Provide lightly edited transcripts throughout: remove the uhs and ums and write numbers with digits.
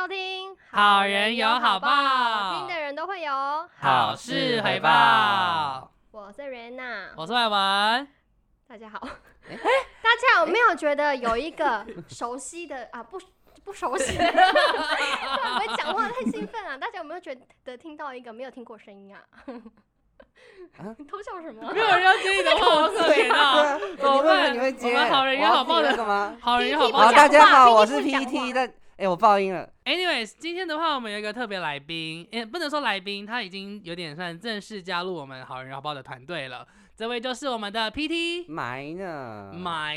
收听好人有好报， 听的人都会有好事回报。 我是 Rena， 我是伟文。 大家好。大家有没有觉得有一个熟悉的啊？不熟悉，我会讲话太兴奋了。大家有没有觉得听到一个没有听过声音啊？你偷笑什么？ 没有人要接你的话，好可怜啊！怎么办？ 你会接？ 我们好人有好报的吗？ 好人有好报。 好，大家好，我是 PT 但我爆音了。 Anyways， 今天的话，我们有一个特别来宾，不能说来宾，他已经有点算正式加入我们好人有好报的团队了。这位就是我们的 PT 埋呢。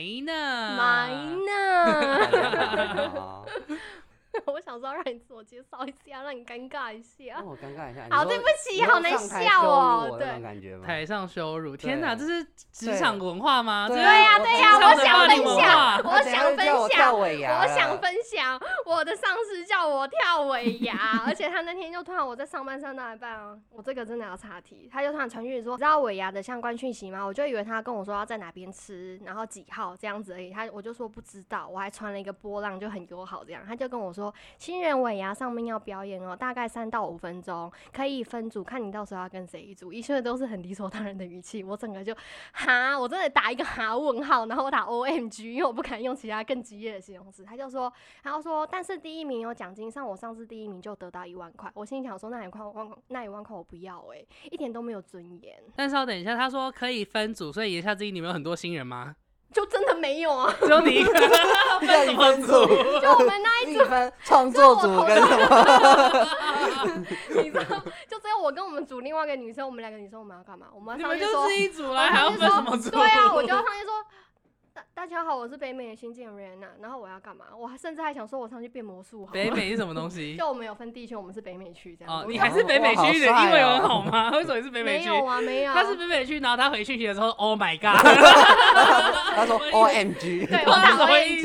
我想说让你自我介绍一下，让你尴尬一下。 我尴尬一下。 好，对不起，好难笑哦。 对， 台上羞辱，天哪，这是职场文化吗？ 对呀，我想分享，我的上司叫我跳尾牙，而且他那天就突然我在上班上到一半啊，我这个真的要岔题，他就突然传讯说，知道尾牙的相关讯息吗？我就以为他跟我说要在哪边吃，然后几号这样子而已，我就说不知道，我还传了一个波浪，就很友好这样，他就跟我说。新人尾牙上面要表演哦，大概3到5分钟，可以分组，看你到时候要跟谁一组，一切都是很理所当然的语气，我整个就哈，我真的打一个哈问号，然后我打 OMG， 因为我不敢用其他更激烈的形容词。他就说，但是第1名有奖金，像我上次第1名就得到1万块，我心里想说那1万块我不要一点都没有尊严。 但稍等一下，他说可以分组，所以言下之意你们有很多新人吗？ 就真的没有啊， 只有你一个分什么组？ 就我们那一组分创作组跟什么？ 你知道，就只有我跟我们组另外一个女生，我们2个女生我们要干嘛？我们要上去说， 你们就是一组啦，还要分什么组？ 对啊，我就要上去说。大家好，我是北美的新晋人啊，然后我要干嘛？我甚至还想说，我上去变魔术。 北美是什么东西？ 就我们有分地区，我们是北美区这样。 哦，你还是北美区，你的英文有很好吗？为什么你是北美区？ 没有啊，没有。 他是北美区，然后他回讯息的时候 ，Oh my god！ 他说 OMG， 对我打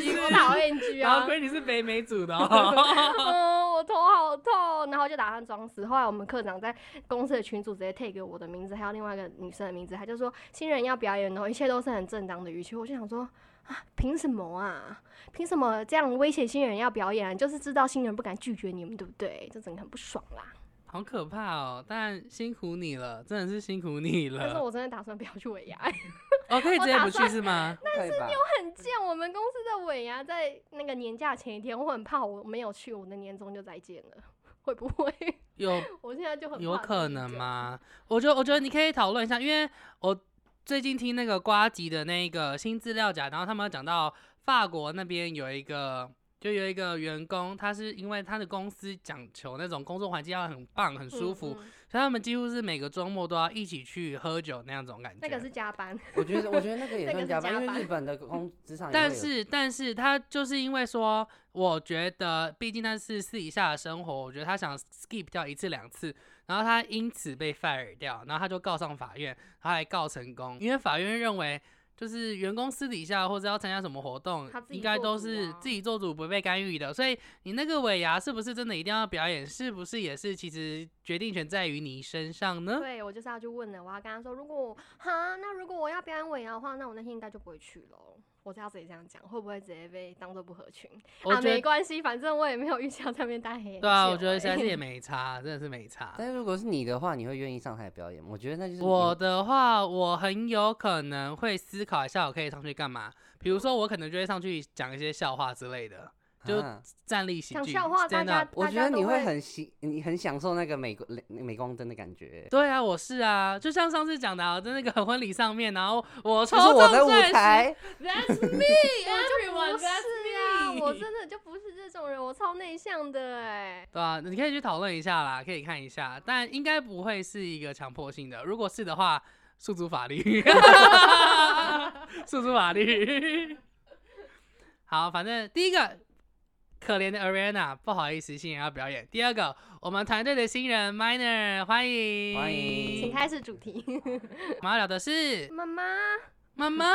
OMG 啊。 然后亏你是北美组的哦。 我头好痛，然后就打算装死。后来我们课长在公司的群组直接 take 我的名字，还有另外一个女生的名字，他就说新人要表演哦，一切都是很正当的语气。我就想说。凭什么啊？凭什么这样威胁新人要表演啊？就是知道新人不敢拒绝你们，对不对？这整个很不爽啦。 好可怕哦！但辛苦你了，真的是辛苦你了。 但是我真的打算不要去尾牙。 可以直接不去是吗？ 但是你有很贱，我们公司的尾牙在那个年假前一天，我很怕我没有去，我的年终就再见了。会不会我现在就很怕有可能吗？我觉得你可以讨论一下，因为我。最近听那个呱吉的那个新资料夹，然后他们讲到法国那边有一个员工，他是因为他的公司讲求那种工作环境要很棒很舒服，所以他们几乎是每个周末都要一起去喝酒那样种感觉。 那个是加班， 我觉得那个也算加班，因为日本的职场。 但是他就是因为说，我觉得毕竟那是私底下的生活，我觉得他想 skip 掉1次2次。然后他因此被 fire 掉，然后他就告上法院，他还告成功，因为法院认为就是员工私底下或者要参加什么活动，应该都是自己做主不被干预的，所以你那个尾牙是不是真的一定要表演，是不是也是其实决定权在于你身上呢？ 对，我就是要去问了，我要跟他说，如果我要表演尾牙的话，那我那天应该就不会去了。我是要直接这样讲，会不会直接被当作不合群啊？没关系，反正我也没有预想在那边待黑。 对啊，我觉得现在是也没差，真的是没差。 但是如果是你的话，你会愿意上台表演？我觉得那就是我的话，我很有可能会思考一下，我可以上去干嘛。比如说，我可能就会上去讲一些笑话之类的。就站立喜剧， 讲笑话， 我觉得你会你很享受那个镁光灯的感觉。 对啊，我是啊，就像上次讲的，在那个婚礼上面，然后我抽中我的舞台 ，That's me， everyone， That's me， 我真的就不是这种人，我超内向的对啊，你可以去讨论一下啦，可以看一下，但应该不会是一个强迫性的，如果是的话，诉诸法律，诉诸法律。好，反正第一个。可怜的 Ariana， 不好意思，新人要表演。第二个，我们团队的新人 Minor， 欢迎， 请开始主题。 我们要聊的是妈妈， 我可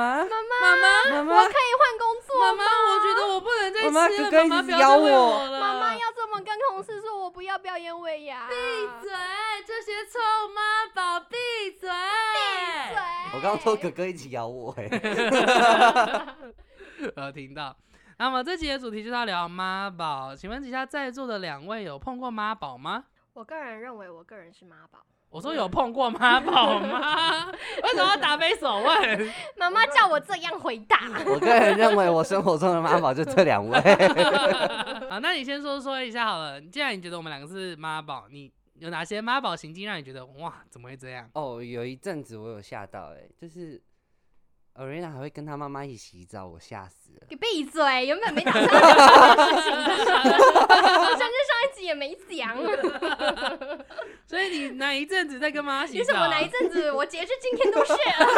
以换工作吗？ 妈妈，我觉得我不能再吃了，妈妈不要咬我了。 妈妈要这么跟同事说我不要表演尾牙。 闭嘴，这些臭妈宝，闭嘴！闭嘴！我刚刚说哥哥一起咬我， 我听到。 那么这集的主题就是要聊妈宝，请问底下在座的2位有碰过妈宝吗？ 我个人认为我个人是妈宝。 我说有碰过妈宝吗？为什么要答非所问？ 妈妈叫我这样回答。 我个人认为我生活中的妈宝就这2位。 好，那你先说一下好了。既然你觉得我们2个是妈宝，你有哪些妈宝行径让你觉得哇，怎么会这样？ 哦，有一阵子我有吓到就是Arena 还会跟他妈妈一起洗澡，我吓死了。 你闭嘴！原本没打算讲这件事情的，甚至上一集也没讲。 所以你哪一阵子在跟妈妈洗澡？ 其实我哪一阵子，我截至今天都是。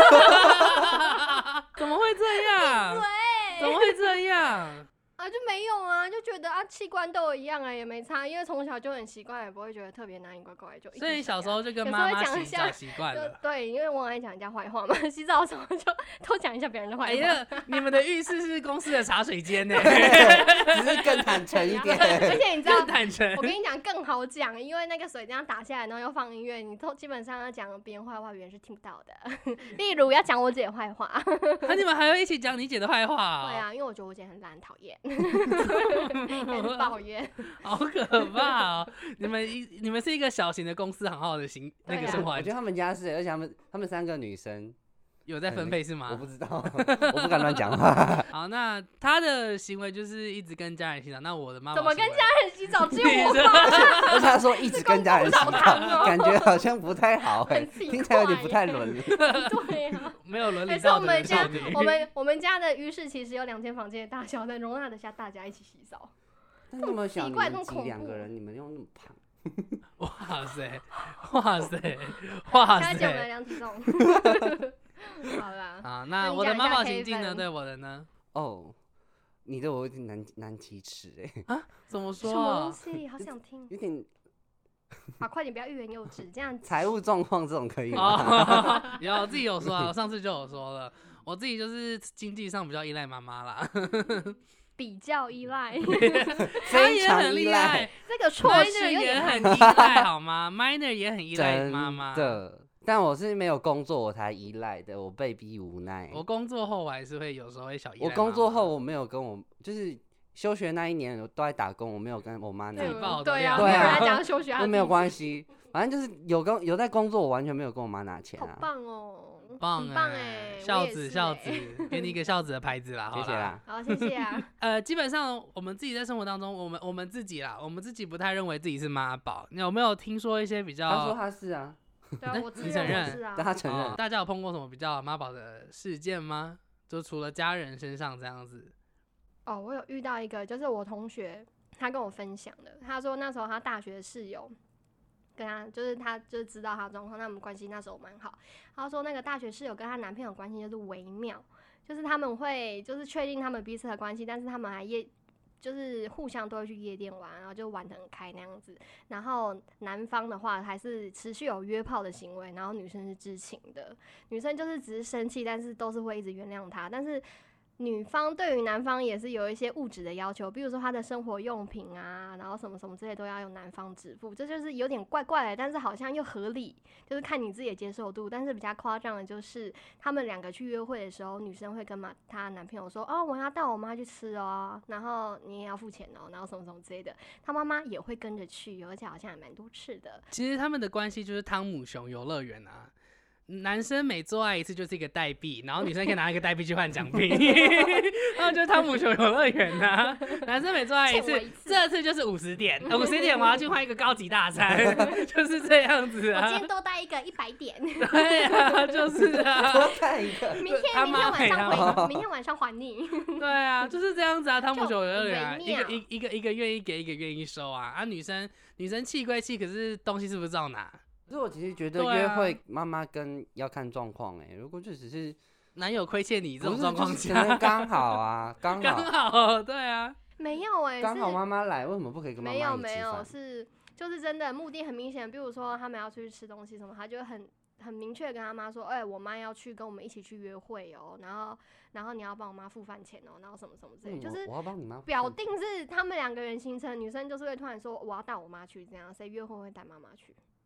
怎么会这样？怎么会这样？ 啊，就没有啊，就觉得啊，器官都一样也没差，因为从小就很习惯，也不会觉得特别难以乖乖就。 所以小时候就跟妈妈洗澡习惯了。 对，因为我很爱讲人家坏话嘛，洗澡的时候就都讲一下别人的坏话。 哎呀，你们的浴室是公司的茶水间呢， 只是更坦诚一点。 而且你知道， 更坦诚。 我跟你讲更好讲，因为那个水这样打下来，然后又放音乐，你都基本上要讲别人坏话，别人是听不到的。例如要讲我姐坏话。 那你们还会一起讲你姐的坏话？ 对啊，因为我觉得我姐很懒，讨厌。很抱怨， 好可怕哦！你们是一个小型的公司行号的那个生活。 我觉得他们家是，而且他们3个女生有在分配是吗？ 我不知道，我不敢乱讲话。 好，那他的行为就是一直跟家人洗澡，那我的妈妈怎么跟家人洗澡？只有我妈。 而且他说一直跟家人洗澡，感觉好像不太好听起来有点不太伦。 对啊， 没有伦理道德的少女。 我们家的浴室其实有2间房间的大小，能容纳得下大家一起洗澡。 那那么小， 奇怪， 你们挤那么恐怖 2个人，你们又那么胖。 哇塞，哇塞，哇塞！ 下次我们来量体重。好啦。 啊，那我的妈宝行径呢？对我的呢？ 哦，你的我有点难启齿啊？怎么说？ 什么东西？好想听。 有点。 好，快点，不要欲言又止，这样。 财务状况这种可以吗？ 有，我自己有说啊，我上次就有说了，我自己就是经济上比较依赖妈妈啦。 比较依赖， 非常依赖。 这个措辞也很依赖，好吗 ？Minor 也很依赖妈妈。 真的，但我是没有工作我才依赖的，我被逼无奈。 我工作后我还是会有时候会小依赖妈妈。 我工作后我没有跟我就是休学那1年我都在打工，我没有跟我妈拿。 对啊，没有人来讲休学， 那没有关系，反正就是有在工作，我完全没有跟我妈拿钱啊。 好棒哦。 棒哎， 孝子，给你一个孝子的牌子啦， 谢谢啦。 好，谢谢啊。 基本上我们自己在生活当中，我们自己不太认为自己是妈宝。你有没有听说一些比较？ 他说他是啊。 对啊，我你承认？ 但他承认。 大家有碰过什么比较妈宝的事件吗？就除了家人身上这样子。 哦，我有遇到一个，就是我同学，他跟我分享的。他说那时候他大学室友。跟他就是知道他的状况，他们关系那时候蛮好。他说那个大学室友跟她男朋友关系就是微妙，就是他们会就是确定他们彼此的关系，但是他们还就是互相都会去夜店玩，然后就玩得很开那样子。然后男方的话还是持续有约炮的行为，然后女生是知情的，女生就是只是生气，但是都是会一直原谅他，但是。女方对于男方也是有一些物质的要求，比如说他的生活用品啊，然后什么什么之类都要由男方支付，这就是有点怪怪的，但是好像又合理，就是看你自己的接受度。但是比较夸张的就是他们2个去约会的时候，女生会跟她男朋友说：“哦，我要带我妈去吃哦，然后你也要付钱哦，然后什么什么之类的。”他妈妈也会跟着去，而且好像还蛮多次的。 其实他们的关系就是汤姆熊游乐园啊。男生每做爱1次就是一个代币，然后女生可以拿一个代币去换奖品，然后就是汤姆熊游乐园啊。男生每做爱1次，这次就是50点，50点我要去换一个高级大餐，就是这样子啊。 我今天多带一个100点。 对啊，就是啊， 多带一个。 明天晚上还你。 对啊，就是这样子啊，汤姆熊游乐园啊，一个愿意给，一个愿意收啊。啊，女生气归气，可是东西是不是照拿？ 可是我其实觉得约会妈妈跟要看状况如果就只是男友亏欠你这种状况下，可能刚好啊，刚好，对啊， 没有刚好妈妈来，为什么不可以跟妈妈一起吃饭？ 没有，就是真的目的很明显，比如说他们要出去吃东西什么，他就很明确跟他妈说，我妈要去跟我们一起去约会哦，然后你要帮我妈付饭钱哦，然后什么什么之类，就是我要帮你妈表定是他们2个人行程，女生就是会突然说我要带我妈去，这样谁约会会带妈妈去？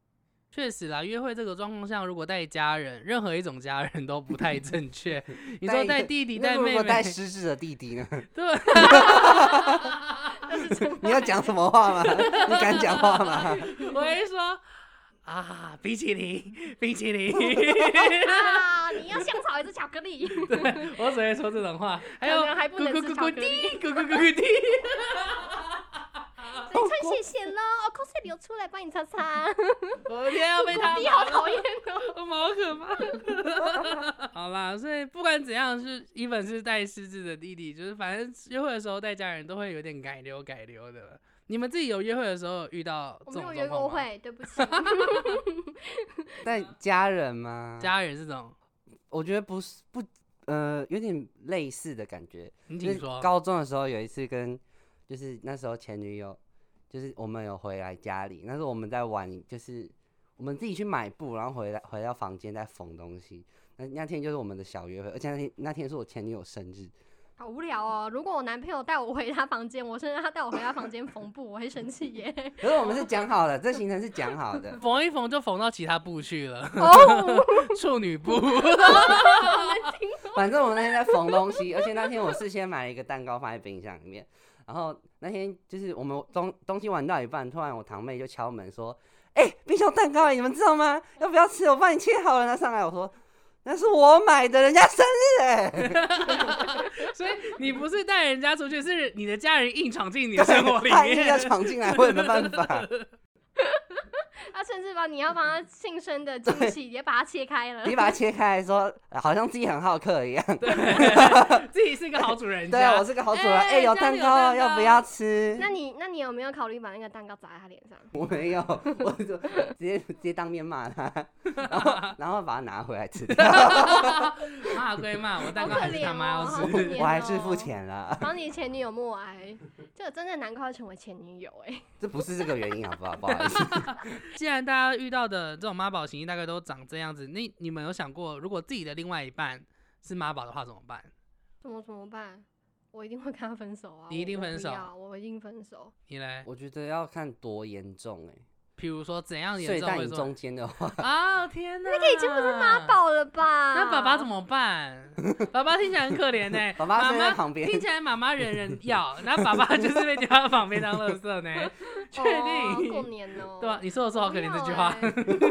确实啦，约会这个状况下，如果带家人，任何一种家人都不太正确。你说带弟弟、带妹妹， 如果带失智的弟弟呢？ 对， 你要讲什么话吗？你敢讲话吗？ 我会说啊，冰淇淋，冰淇淋。 啊，你要香草还是巧克力？ 对，我只会说这种话。还有可能还不能吃巧克力咕咕咕咕滴。 所以穿谢谢喽，口水流出来，帮你擦擦。 我的天要被他弟好讨厌哦， 我们好可怕。好啦，所以不管怎样，是even是带失智的弟弟，就是反正约会的时候带家人都会有点改流的。你们自己有约会的时候遇到这种状况吗？ 我没有约过会，对不起。 带家人吗？ 家人这种， 我觉得有点类似的感觉。 你请说。 高中的时候有一次就是那时候前女友，就是我们有回来家里，那时候我们在玩，就是我们自己去买布，然后回到房间再缝东西。那天就是我们的小约会，而且那天是我前女友生日。 好无聊哦！如果我男朋友带我回他房间，我生日他带我回他房间缝布，我会生气耶。 可是我们是讲好的，这行程是讲好的。 缝一缝就缝到其他部去了。 哦， 处女部。 反正我们那天在缝东西，而且那天我事先买了一个蛋糕放在冰箱里面。然后那天就是我们东西玩到一半，突然我堂妹就敲门说：“冰箱蛋糕，你们知道吗？要不要吃？我帮你切好了拿上来。”我说：“那是我买的，人家生日所以你不是带人家出去，是你的家人硬闯进你的生活里面。 他硬要闯进来，我也没办法。 他甚至把你要帮他庆生的惊喜也把它切开了。 你把它切开来说，好像自己很好客一样。 对，自己是个好主人家。 对啊，我是个好主人。有蛋糕，要不要吃？ 那你有没有考虑把那个蛋糕砸在他脸上？ 我没有，我就直接当面骂他，然后把它拿回来吃。 骂归骂，我蛋糕还是他妈要吃。 我还是付钱了。 帮你前女友默哀，这真的难怪要成为前女友这不是这个原因，好不好？不好意思。 既然大家遇到的这种妈宝行为大概都长这样子，你们有想过，如果自己的另外一半是妈宝的话怎么办？ 怎么办？我一定会跟他分手啊！ 你一定分手？ 我一定分手。 你嘞？ 我觉得要看多严重比如说怎样严重？ 睡在你中间的话， 天哪， 那个已经不是妈宝了吧？ 那爸爸怎么办？爸爸听起来很可怜爸爸睡在旁边， 听起来妈妈人人要，然后爸爸就是被丢到旁边当垃圾呢？确定？ 过年哦。 对啊，你说的说好可怜这句话。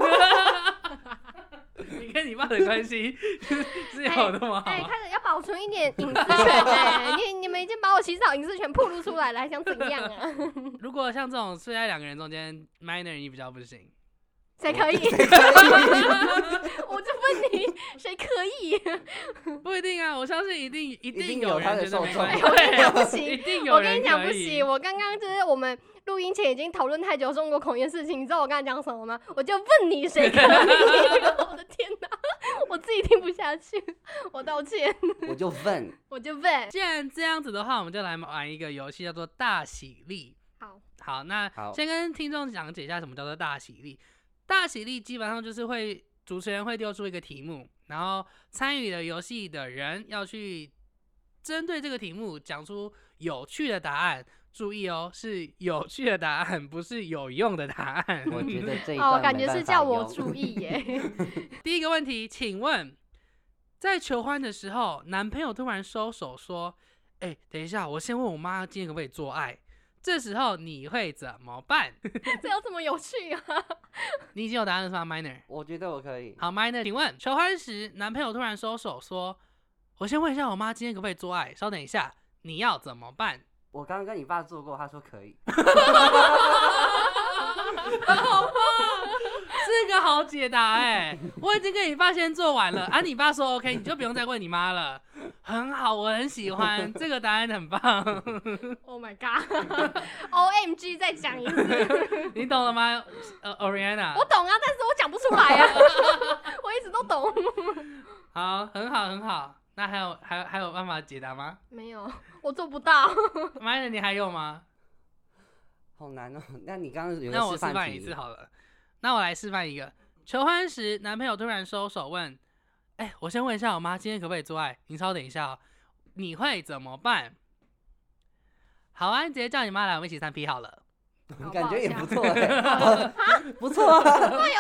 你跟你爸的关系是有那么好？ 开始要保存一点隐私权你们已经把我洗澡隐私权暴露出来了，还想怎样啊？ 如果像这种睡在两个人中间 minor 你比较不行， 谁可以？我就问你，谁可以？ 不一定啊，我相信一定有他的受众。 我跟你讲不行， 一定有人可以。 我跟你讲不行，我刚刚就是我们录音前已经讨论太久中国口音的事情，你知道我刚才讲什么吗？我就问你谁可以？我的天哪，我自己听不下去，我道歉。 我就问。 既然这样子的话，我们就来玩一个游戏，叫做大喜力。好，那先跟听众讲解一下什么叫做大喜力。大喜力基本上就是主持人会丢出一个题目，然后参与了游戏的人要去针对这个题目讲出有趣的答案。注意哦，是有趣的答案，不是有用的答案。 我觉得这一段感觉是叫我注意耶。 第一个问题，请问，在求欢的时候，男朋友突然收手说：“等一下，我先问我妈今天可不可以做爱。”这时候你会怎么办？ 这有这么有趣啊？ 你已经有答案了是吗 ，Minor？ 我觉得我可以。 好 ，Minor， 请问求欢时，男朋友突然收手说：“我先问一下我妈今天可不可以做爱，稍等一下。”你要怎么办？ 我刚刚跟你爸做过，他说可以。 好棒，是个好解答我已经跟你爸先做完了啊，你爸说 OK， 你就不用再问你妈了。很好，我很喜欢这个答案，很棒。 Oh my god！OMG， 再讲一次。 你懂了吗，Oriana？ 我懂啊，但是我讲不出来啊。我一直都懂。 好，很好，很好。那还有办法解答吗？ 没有，我做不到。 Minor， 你还有吗？ 好难哦。那你刚刚有个那我示范一次好了。那我来示范一个。求欢时，男朋友突然收手问：“我先问一下我妈今天可不可以做爱？你稍等一下哦。”你会怎么办？好啊，你直接叫你妈来，我们一起3P 好了。 感觉也不错不错啊。 会哦，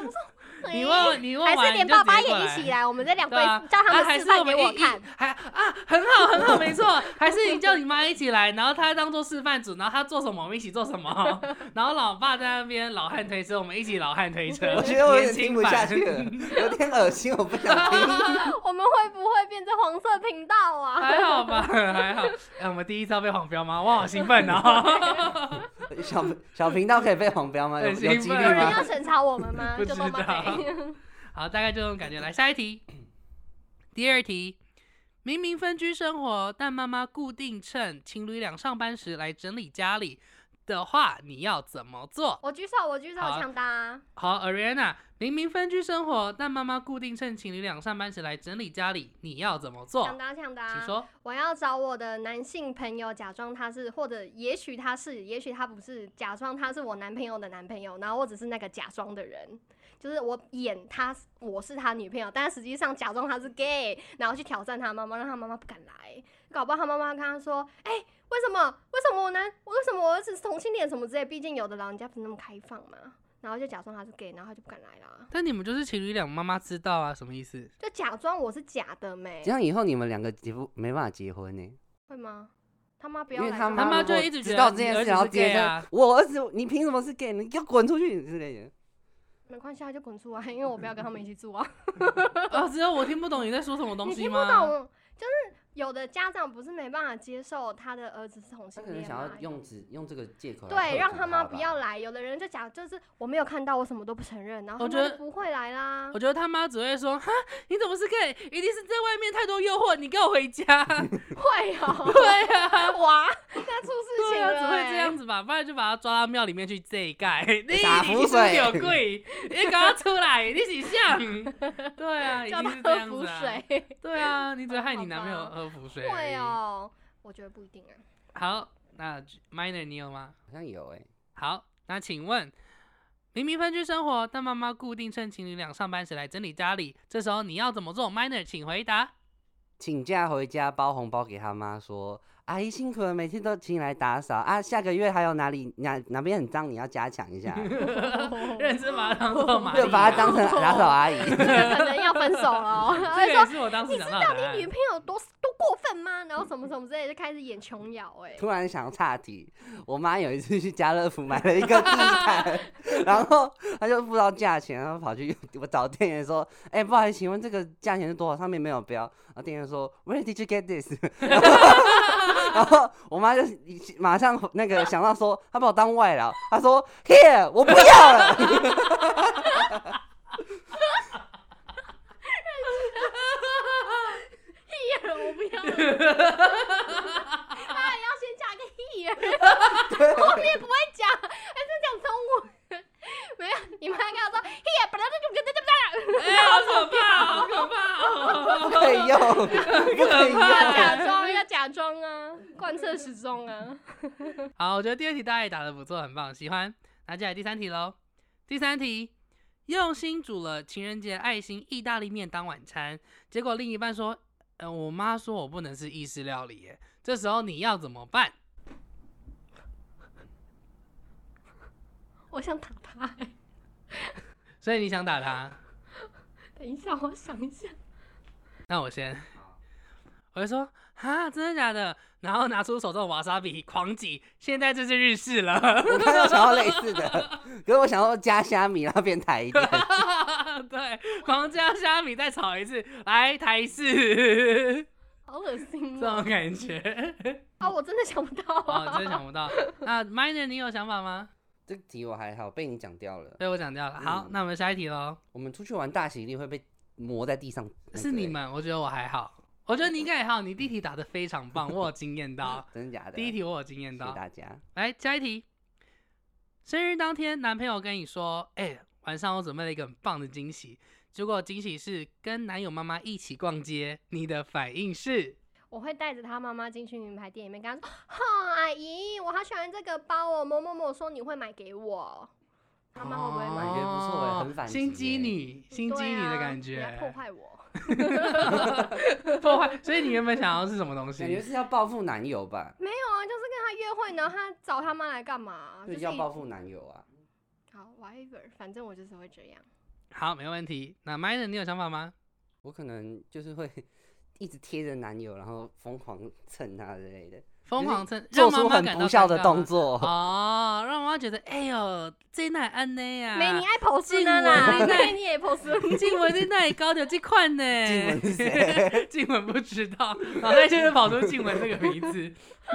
你问还是完你就连爸爸直接过来也一起来，我们这两对对啊， 叫他们示范还是我们给我看。 很好很好，没错，还是你叫你妈一起来，然后她当做示范组，然后她做什么我们一起做什么，然后老爸在那边老汉推车，我们一起老汉推车。 我觉得我有点听不年轻版下去了，有点恶心，我不想听。 我们会不会变成黄色频道啊？ 还好吧，还好。我们第一招被黄标吗？我好兴奋哦！ 小频道可以被黄标吗？有很兴奋几率有人要吗？ 审查我们吗？ 不知道就帮忙给。 好，大概就这种感觉。来，下一题。第二题，明明分居生活，但妈妈固定趁情侣俩上班时来整理家里的话，你要怎么做？ 我举手， 好抢答。 好 ，Ariana， 明明分居生活，但妈妈固定趁情侣俩上班时来整理家里，你要怎么做？ 抢答。 请说。 我要找我的男性朋友，假装他是，或者也许他是，也许他不是，假装他是我男朋友的男朋友，然后我只是那个假装的人，就是我演我是他女朋友，但实际上假装他是 gay， 然后去挑战他妈妈，让他妈妈不敢来，搞不好他妈妈跟他说，为什么我儿子是同性恋什么之类，毕竟有的老人家不是那么开放嘛。然后就假装他是 gay， 然后他就不敢来啦。 但你们就是情侣俩，妈妈知道啊，什么意思？ 就假装我是假的没？ 这样以后你们两个没办法结婚呢？ 会吗？他妈不要来， 因为他妈就一直觉得知道这件事，然后直接啊， 我儿子，你凭什么是 gay？你给我滚出去之类的。 没关系，他就滚出来，因为我不要跟他们一起住啊。 只有我听不懂你在说什么东西吗？ 你听不懂，就是有的家长不是没办法接受他的儿子是同性恋吗？ 他可能想要用这个借口， 对，让他妈不要来。有的人就讲，就是我没有看到，我什么都不承认，然后他妈就不会来啦。 我觉得他妈只会说，哈，你怎么是 gay？一定是在外面太多诱惑，你给我回家。 会哦， 对啊， 哇，那出事情了， 只会这样子吧，不然就把他抓到庙里面去这一盖。你符水有鬼，你赶快出来，你是像。对啊，一定是这样子啊。对啊，你只会害你男朋友喝符水。 会哦，我觉得不一定啊。 好，那 Minor 你有吗？ 好像有好，那请问，明明分居生活，但妈妈固定趁情侣俩上班时来整理家里，这时候你要怎么做 ？Minor 请回答。 请假回家包红包给他妈说，阿姨辛苦了，每天都请你来打扫啊，下个月还有哪边很脏，你要加强一下。 认真把他当做玛丽， 就把他当成打扫阿姨。 可能要分手了。 这个也是我当时想到的答案。 你知道你女朋友多过分吗？然后什么什么之类的，就开始演琼瑶。 突然想岔题，我妈有一次去家乐福买了一个地毯，然后她就不知道价钱，然后跑去我找店员说，不好意思，请问这个价钱是多少？上面没有标。然后店员说 ，Where did you get this？ 然后我妈就马上那个想到说，她把我当外劳，她说 Here， 我不要了。 我不要了。他还要先加个 here， 后面不会讲，还是讲中文。没有，你妈跟我说 here， 本来就好可怕，好可怕， 不可以用，不可以用， 要假装啊，贯彻始终啊。 好，我觉得第二题大家也打得不错，很棒，喜欢。那接下来第三题喽。第三题，用心煮了情人节爱心意大利面当晚餐，结果另一半说，我妈说我不能吃意式料理耶，这时候你要怎么办？ 我想打他。 所以你想打他？ 等一下，我想一下。 那我就说，哈，真的假的？然后拿出手中的瓦萨比狂挤，现在这是日式了。 我刚刚想到类似的，可是我想要加虾米，然后变台一点。 对，狂加虾米再炒一次，来台式。 好恶心这种感觉。 我真的想不到啊。 真的想不到。那 Minor 你有想法吗？ 这题我还好，被你讲掉了。 被我讲掉了。好，那我们下一题喽。 我们出去玩大喜一定会被磨在地上。 是你们，我觉得我还好。我觉得你应该也好，你第一题打得非常棒，我有惊艳到。 真的假的？ 第一题我有惊艳到。 谢谢大家。 来，下一题。生日当天，男朋友跟你说，晚上我准备了一个很棒的惊喜，结果惊喜是跟男友妈妈一起逛街，你的反应是？ 我会带着他妈妈进去名牌店里面，跟他说：“阿姨，我好喜欢这个包哦，某某某说你会买给我。”他妈会不会买？ 感觉不错很反击。 心机女的感觉。 你要破坏我。 破坏。所以你原本想要是什么东西？ 感觉是要报复男友吧？ 没有啊，就是跟他约会，然后他找他妈来干嘛？ 就是要报复男友啊。 好 ，whatever， 反正我就是会这样。 好，没问题。那 Minor 你有想法吗？ 我可能就是会一直贴着男友，然后疯狂蹭他之类的， 疯狂蹭， 做出很让妈妈感到不孝的尴尬动作。 哦，让妈妈觉得，哎呦，这哪安呢呀？ 没你爱跑死呢啦，没你也跑死。 静雯在那里高的这款呢？ 静雯是谁？ 静雯不知道，脑袋就是跑出静雯这个名字。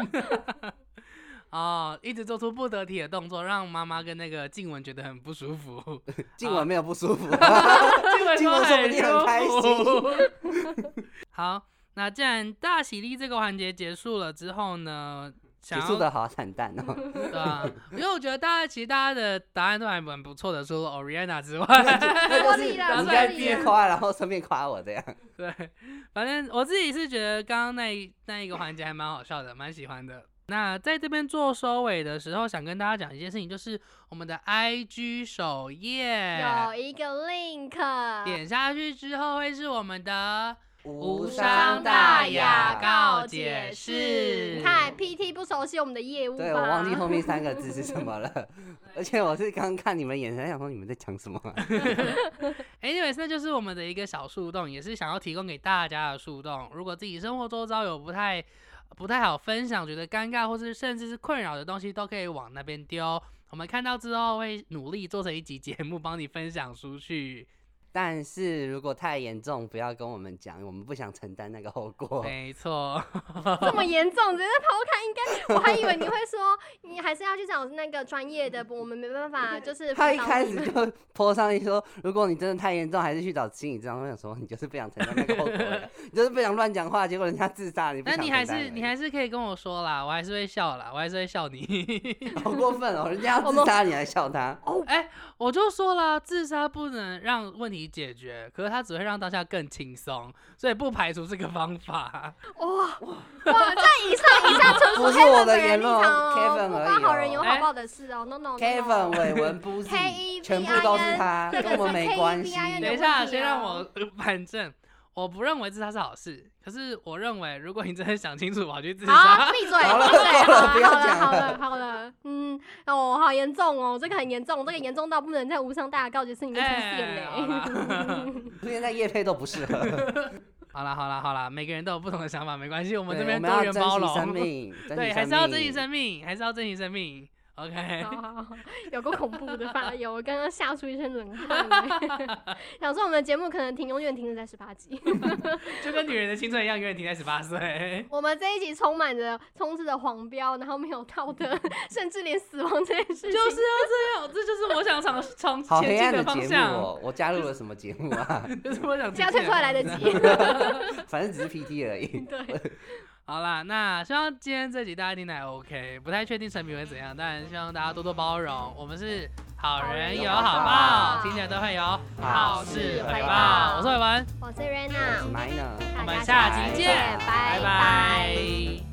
哦，一直做出不得体的动作，让妈妈跟那个静雯觉得很不舒服。 静雯没有不舒服， 静雯说不定很开心。好，那既然大喜力这个环节结束了之后呢， 结束的好惨淡哦。 对啊，因为我觉得其实大家的答案都还蛮不错的，除了 Oriana 之外， 那就是你应该边夸，然后顺便夸我这样。 对，反正我自己是觉得刚刚那一个环节还蛮好笑的，蛮喜欢的。那在这边做收尾的时候，想跟大家讲一件事情，就是我们的 IG 首页有一个 link， 点下去之后会是我们的无伤大雅告解室。 你看 PT 不熟悉我们的业务吧？ 对，我忘记后面3个字是什么了，而且我是刚看你们眼神，想说你们在讲什么啊 ？Anyways， 那就是我们的一个小树洞，也是想要提供给大家的树洞。如果自己生活周遭有不太好分享，觉得尴尬或是甚至是困扰的东西，都可以往那边丢。我们看到之后会努力做成一集节目，帮你分享出去。 但是如果太严重，不要跟我们讲，我们不想承担那个后果。 没错， 这么严重，直接抛开，应该我还以为你会说，你还是要去找那个专业的，我们没办法，就是他一开始就po上去说，如果你真的太严重，还是去找心理咨商。我想说，你就是不想承担那个后果的，你就是不想乱讲话，结果人家自杀，你不想承担。 那你还是可以跟我说啦，我还是会笑啦，我还是会笑你。 好过分哦，人家要自杀你还笑他？ 我就说了，自杀不能让问题解决，可是它只会让当下更轻松，所以不排除这个方法。 哇，这以上纯属不是我的 Kevin 本人言论立场 ，Kevin 不而已关好人有好报的事哦。No。 Kevin 伟文不是，全部都是他，跟我们没关系。 等一下，先让我反正。我不认为自杀是好事，可是我认为，如果你真的想清楚，跑去自杀， 好，闭嘴， 好了，不要讲了， 好了，好严重哦，这个很严重，这个严重到不能在无伤大雅告解室里面出现嘞， 出现在业配都不适合。 好啦，每个人都有不同的想法，没关系，我们这边多元包容，对，还是要珍惜生命。OK， 好，有个恐怖的发言，我刚刚吓出一身冷汗。想说我们的节目可能永远停留在18集， 就跟女人的青春一样，永远停在18岁。 我们这一集充斥着黄标，然后没有道德，甚至连死亡这件事情， 就是要这样，这就是我想朝好黑前进暗的节目方向。 哦，我加入了什么节目啊？ 就是我想这样退出来来得及。 反正只是 PT 而已。 对。 好啦，那希望今天这集大家听得还 OK， 不太确定成品会怎样，但希望大家多多包容。我们是好人有好报，听起来都会有好事回报。我是伟文， 我是 Rena， 我是 Minor， 我们下集见，拜拜。